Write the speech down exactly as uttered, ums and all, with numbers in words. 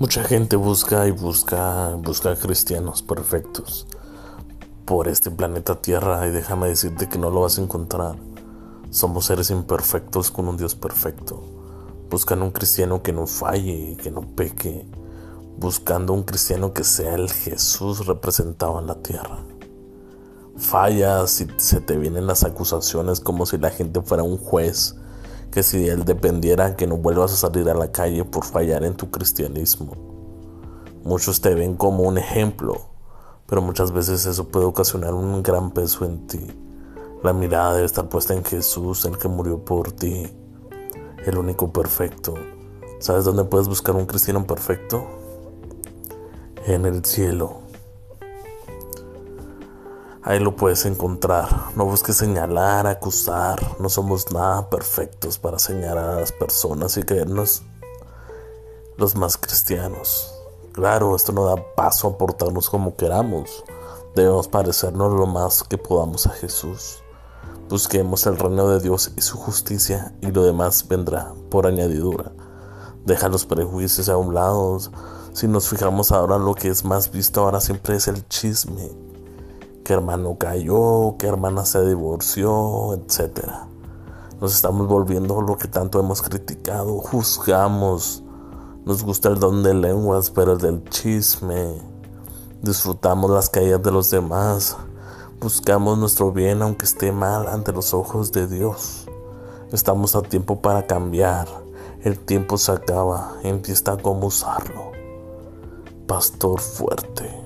Mucha gente busca y busca, busca cristianos perfectos por este planeta Tierra, y déjame decirte que no lo vas a encontrar. Somos seres imperfectos con un Dios perfecto. Buscan un cristiano que no falle, que no peque, buscando un cristiano que sea el Jesús representado en la tierra. Fallas y se te vienen las acusaciones como si la gente fuera un juez, que si de él dependiera que no vuelvas a salir a la calle por fallar en tu cristianismo. Muchos te ven como un ejemplo, pero muchas veces eso puede ocasionar un gran peso en ti. La mirada debe estar puesta en Jesús, el que murió por ti, el único perfecto. ¿Sabes dónde puedes buscar un cristiano perfecto? En el cielo. Ahí lo puedes encontrar. No busques señalar, acusar. No somos nada perfectos para señalar a las personas y creernos los más cristianos. Claro, esto no da paso a portarnos como queramos. Debemos parecernos lo más que podamos a Jesús. Busquemos el reino de Dios y su justicia, y lo demás vendrá por añadidura. Deja los prejuicios a un lado. Si nos fijamos ahora, lo que es más visto ahora siempre es el chisme. Que hermano cayó, que hermana se divorció, etcétera. Nos estamos volviendo lo que tanto hemos criticado. Juzgamos. Nos gusta el don de lenguas, pero el del chisme. Disfrutamos las caídas de los demás. Buscamos nuestro bien aunque esté mal ante los ojos de Dios. Estamos a tiempo para cambiar. El tiempo se acaba. En ti está cómo usarlo. Pastor fuerte.